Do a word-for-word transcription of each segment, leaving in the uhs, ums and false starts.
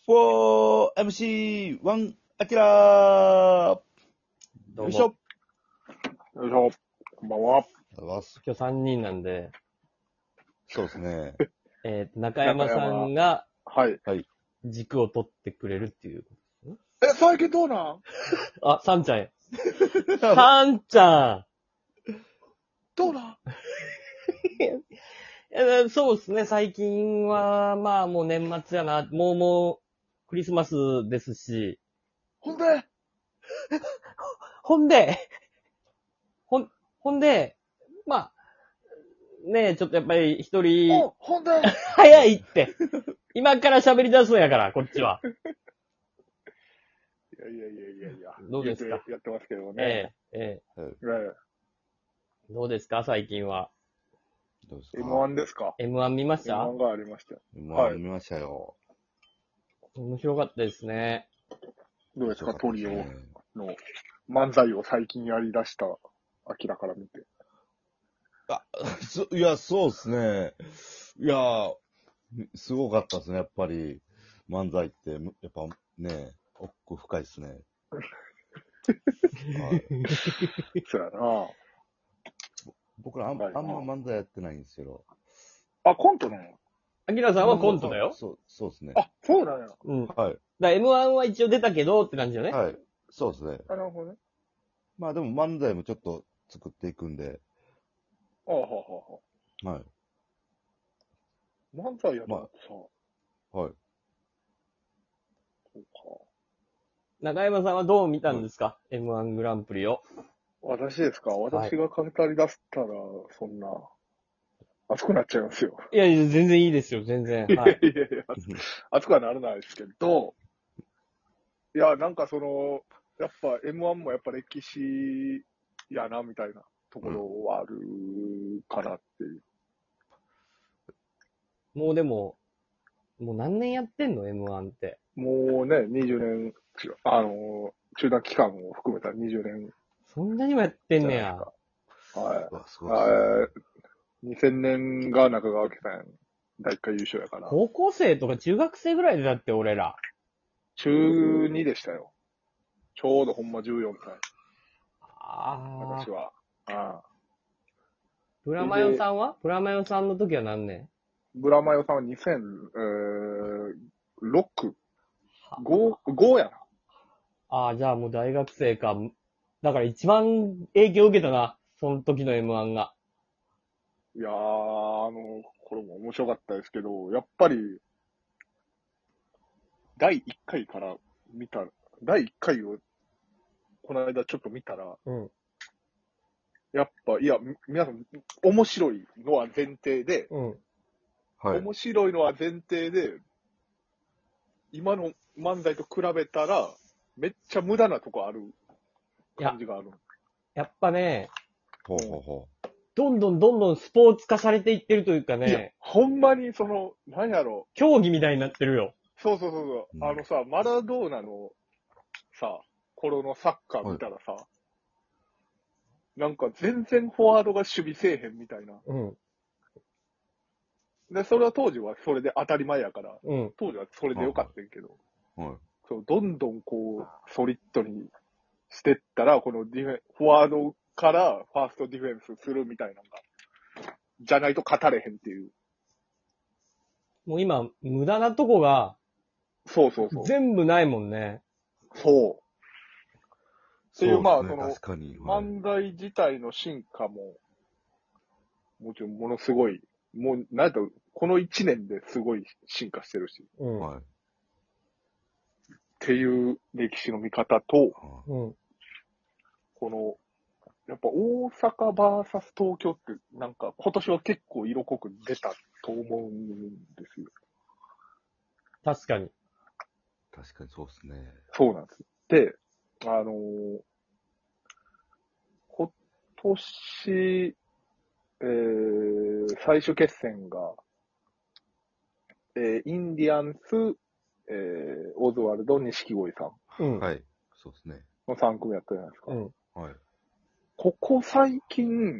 フォーエムシーワン アキラーどうもよいしょ。 よいしょ。こんばんは。 今日さんにんなんで、 そうですね。 えー、中山さんがはい。 軸を取ってくれるっていう。 え、最近どうなんあ、さんちゃんや。さんちゃどうなんんえーそうですね、最近は、まあもう年末やな。もうもう、クリスマスですし。 ほんでほんで、ほん、ほんで、まあ、ねえ、ちょっとやっぱり一人、 お、ほんで早いって。今から喋り出すんやから、こっちは。 いやいやいやいやいや。 どうですか言てやってますけどえね。 ええええどうですか最近は。 どうですえ。 かエムワン ですかエムワン 見ました ?エムワン がありました。 今はい見ましたよ。 面白かったですね。 どうですかトリオねの漫才を最近やり出した、アキラから見て。 あ、そいや、そうですね。いや、すごかったですね、やっぱり。漫才って、やっぱね、奥深いですね。はい、 そうやな僕らあん、 はいあんま漫才やってないんですけど。 あ、コントなのアキラさんはコントだよ。 そう、そうですね。 あ、そうなんや。 うん。だかはい。 ら エムワン は一応出たけどって感じよね。 はい。そうですね。 あ、なるほどね。 まあでも漫才もちょっと作っていくんで。 あははは。 はい。 漫才やと思ってさ。 はい。 そうか。 中山さんはどう見たんですか、エムワン グランプリを。 私ですかはい私が語り出したら、そんな、熱くなっちゃいますよ。 いやいや、全然いいですよ、全然。 いはい。 やいやいや、熱くはならないですけど、いや、なんかその、やっぱ エムワン もやっぱ歴史やな、みたいなところはあるかなっていう。 もうでも、もう何年やってんの エムワン って。 もうね、にじゅうねん、あの、中断期間を含めたにじゅうねんそんなにもやってんじゃねや。 ないですか。はうわ、すい。 ごいっすね。 あにせんねんが中川家さん、だいいっかい優勝やから。 高校生とか中学生ぐらいでだって俺ら。 中にでしたよ。ちょうどほんまじゅうよんさい。 ああ。 私は。ああプラマヨさんはプラマヨさんの時は何年ブラマヨさんはにせんろく、ご、ごやな。 ああ、じゃあもう大学生か。だから一番影響を受けたな。その時の エムワン が。 いやー、あの、これも面白かったですけど、やっぱり、だいいっかいから見た、だいいっかいを、この間ちょっと見たら、 うん。 やっぱ、いや、み皆さん、面白いのは前提で、 うん。 はい。 面白いのは前提で、今の漫才と比べたら、めっちゃ無駄なとこある感じがある。 やっぱね、 ほうほうほどんどんどんどんスポーツ化されていってるというかいやね、、 ほんまにその、なんやろ、 競技みたいになってるよ。 そうそうそうそう、 うんあのさ、マラドーナのさ、頃のサッカー見たらさ、なんか全然フォワードが守備せえへんみたいな。 うん。 で、それは当時はそれで当たり前やから、 うん。 当時はそれでよかったんやけど、 う。はい。 そうどんどんこう、ソリッドにしてったら、このディフェン、フォワードからファーストディフェンスするみたいなのが、じゃないと勝たれへんっていう。 もう今、無駄なとこがそうそうそう。 全部ないもんね。 そう。っていう、まあ、 そですねそうの、 確かに。はい漫才自体の進化も、もちろんものすごい、もう、なんと、この一年ですごい進化してるし、っうん。 はい。 ていう歴史の見方と、 はうん。 この、やっぱ大阪 ブイエス 東京って、なんか今年は結構色濃く出たと思うんですよ。 確かに。 い。確かにそうですね。 そうなんです。で、あのー今年、えー、最終決戦が、えー、インディアンス、えー、オズワルド、錦鯉さんうん。 はい。そうですね。 のさん組やったじゃないですか。 うん。 はい。 ここ最近、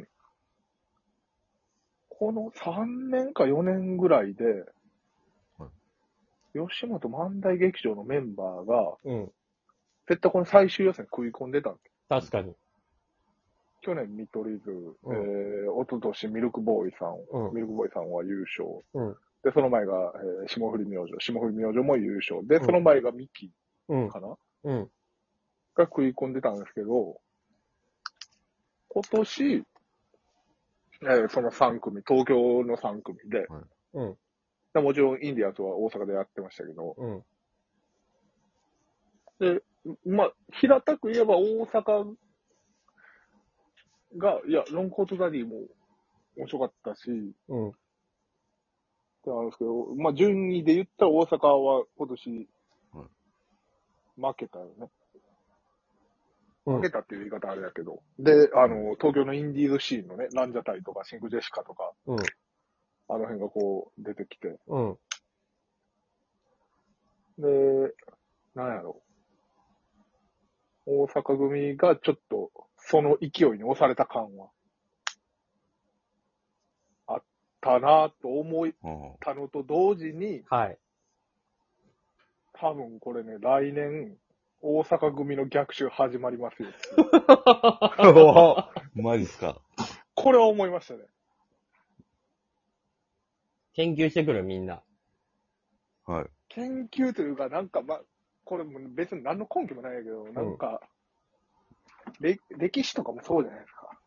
このさんねんかよねんぐらいで、 は吉本漫才劇場のメンバーが、 うん。 絶対この最終予選食い込んでたんです。 確かに。 去年見取り図、 うんえー、一昨年ミルクボーイさん、 うんミルクボーイさんは優勝。 うん。 で、その前が、えー、霜降り明星。霜降り明星も優勝。で、 うんその前がミキうん。 かな、 うん。 が食い込んでたんですけど、今年、えーそのさん組、東京のさん組で、 うん。 でもちろんインディアンスは大阪でやってましたけど、 うん。 で、まあ、平たく言えば大阪が、いや、ロングコートダディも面白かったし、 うん。 ってあるんですけど、まあ、順位で言ったら大阪は今年、負けたよね。 うん負けたっていう言い方あれだけど。で、あの、東京のインディーズシーンのね、ランジャタイとかシンクジェシカとか、 うん。 あの辺がこう出てきて。 うん。 で、なんやろ。大阪組がちょっと、その勢いに押された感は、あったなと思ったのと同時に、 はい。 多分これね、来年、大阪組の逆襲始まりますよ。 マジっすか。 これは思いましたね。 研究してくるみんな。 はい。 研究というか、なんか、ま、これも別に何の根拠もないんやけど、なんか、れ歴史とかもそうじゃないですか。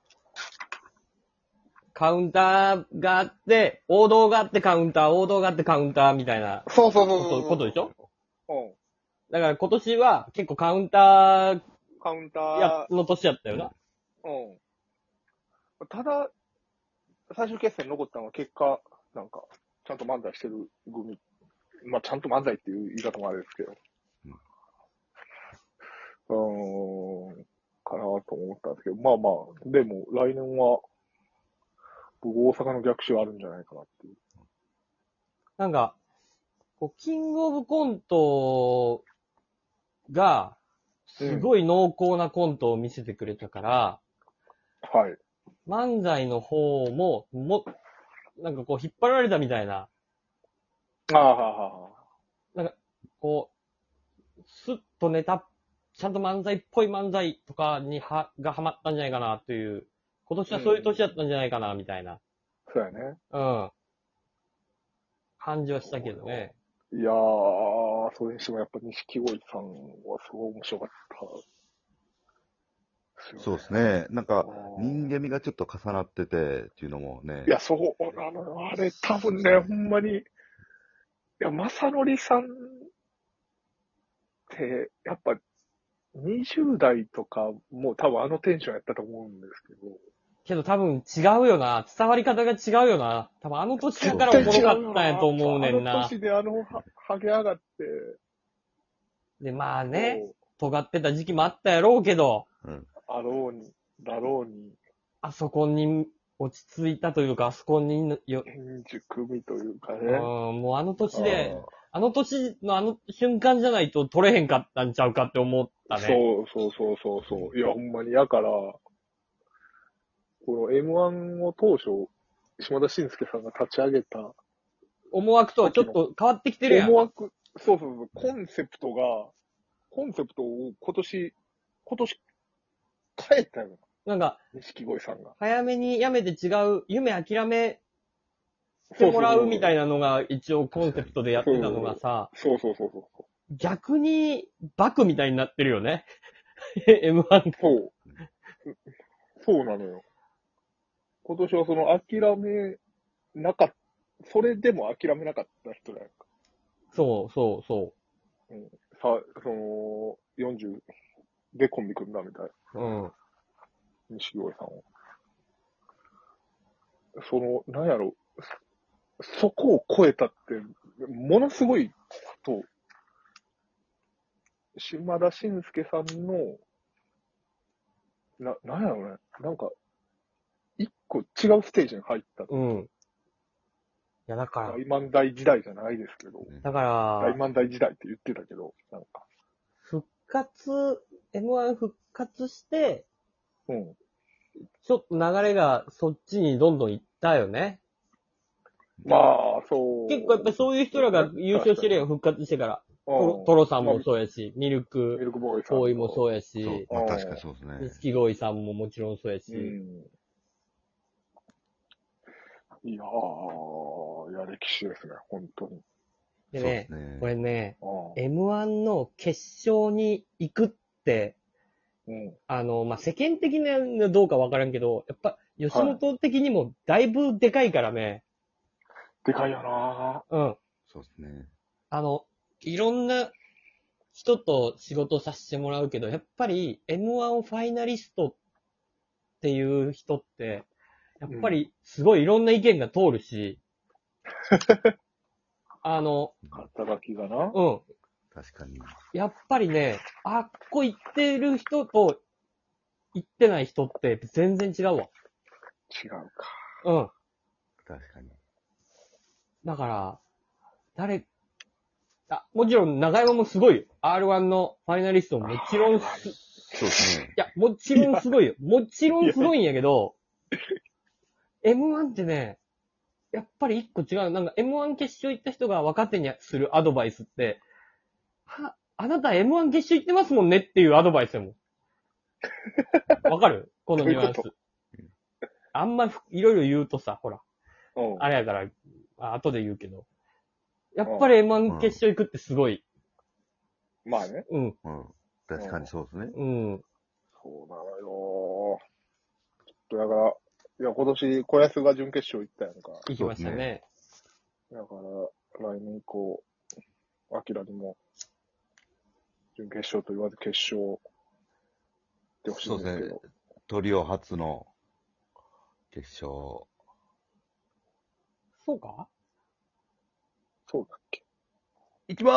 カウンターがあって、王道があってカウンター、王道があってカウンターみたいなそうそうそうそうことことでしょ？ うん。 だから今年は結構カウンターカウンタやの年やったよな。 ー、うん。ただ、最終決戦残ったのは結果、なんか、ちゃんと漫才してる組。まあ、ちゃんと漫才っていう言い方もあれですけど。うーん、かなと思ったんですけど、まあまあ、でも来年は、僕大阪の逆襲あるんじゃないかなっていう。 なんか、こうキングオブコントが、すごい濃厚なコントを見せてくれたから、 はい。 漫才の方も、も、なんかこう引っ張られたみたいな、 ああ、はあ、はあ。 こう、スッとネタ、ちゃんと漫才っぽい漫才とかには、がハマったんじゃないかなという、今年はそういう年だったんじゃないかな、みたいな、 そうやね。 うん。感じはしたけどね。 いやー、それにしてもやっぱ錦鯉さんはすごい面白かった。 そうですね。なんか、人間間味がちょっと重なっててっていうのもね。 いや、そうなのよ。あれ、多分ね、ほんまに、いや、まさのりさんって、やっぱ、にじゅう代とかも多分あのテンションやったと思うんですけど。 けど多分違うよな。伝わり方が違うよな。多分あの年だからおもろかったんやと思うねんあのな。 年であのは、はげ上がって。 で、まあね、 そう尖ってた時期もあったやろうけど、 うん。 あろうに、だろうに、 あそこに落ち着いたというか、あそこによ、 変熟味というかうん、 ね。 もうあの年で、 ああの年のあの瞬間じゃないと取れへんかったんちゃうかって思ったね。 そうそうそうそうそう。いや、ほんまに、やから、この エムワン を当初、島田紳介さんが立ち上げた思惑とはちょっと変わってきてるやん。 思惑、そうそうそう、コンセプトが、コンセプトを今年、今年変えたよなんか、 な、錦鯉さんが。 早めにやめて違う、夢諦めてもらうみたいなのが一応コンセプトでやってたのがさ、 そうそうそうそう。 逆にバクみたいになってるよね。エムワン。 そう。そうなのよ。今年はその諦めなかった、それでも諦めなかった人だよ。 そうそうそさ、その、よんじゅうでコンビ組んだみたい。 う。うん。 錦鯉さんを。その、なんやろ、そこを超えたって、ものすごいこと、島田紳介さんの、な、なんやろね、なんか、一個違うステージに入った。 うん。いや、だから、 大漫才時代じゃないですけど、 だから大、漫才時代って言ってたけど、なんか。 復活、エムワン 復活して、 うん。 ちょっと流れがそっちにどんどん行ったよね。 まあ、そう。 結構やっぱりそういう人らが優勝してるよ、復活してから。トロさんもそうやし、ミルミクルクボーイさんボーイもそうやそうし、。 まあ確かにそうですね。 錦鯉さんももちろんそうやし、 うん。いやー、いや、歴史ですね、本当に。 でねそうです、ね。 これね、 うん。 エムワン の決勝に行くって、 うん。 あの、まあ、世間的にはどうかわからんけど、やっぱ、吉本的にもだいぶでかいからね、 でかいよなうん。 そうですね。 あの、いろんな人と仕事させてもらうけど、やっぱり エムワン ファイナリストっていう人って、やっぱりすごいいろんな意見が通るし、あの、 肩書きがな。 うん。 確かに。 やっぱりね、あっこ行ってる人と行ってない人って全然違うわ。 違うか。 うん。 確かに。 だから、誰、あ、もちろん長山もすごいよ。アールワン のファイナリストももちろんす、いそうですね。 や、もちろんすごいよ。もちろんすごいんやけど、エムワン ってね、やっぱり一個違う。なんか エムワン 決勝行った人が若手にするアドバイスって、は、あなた エムワン 決勝行ってますもんねっていうアドバイスやもん。わかるこのニュアンスどういうこ。 あんまいろいろ言うとさ、ほら、 うん。 あれやから、あ後で言うけど。やっぱり エムワン 決勝行くってすごい。 まあね。 うん。 うん。確かにそうですね。 うん。 そうなのよ。ちょっとだから、いや、今年、小安が準決勝行ったやんか。 行きましたね。 だから、来年以降、アキラにも、準決勝と言わず決勝ってほしいんですけど。 トリオ初の決勝。 そうかそうだっけ。 いきます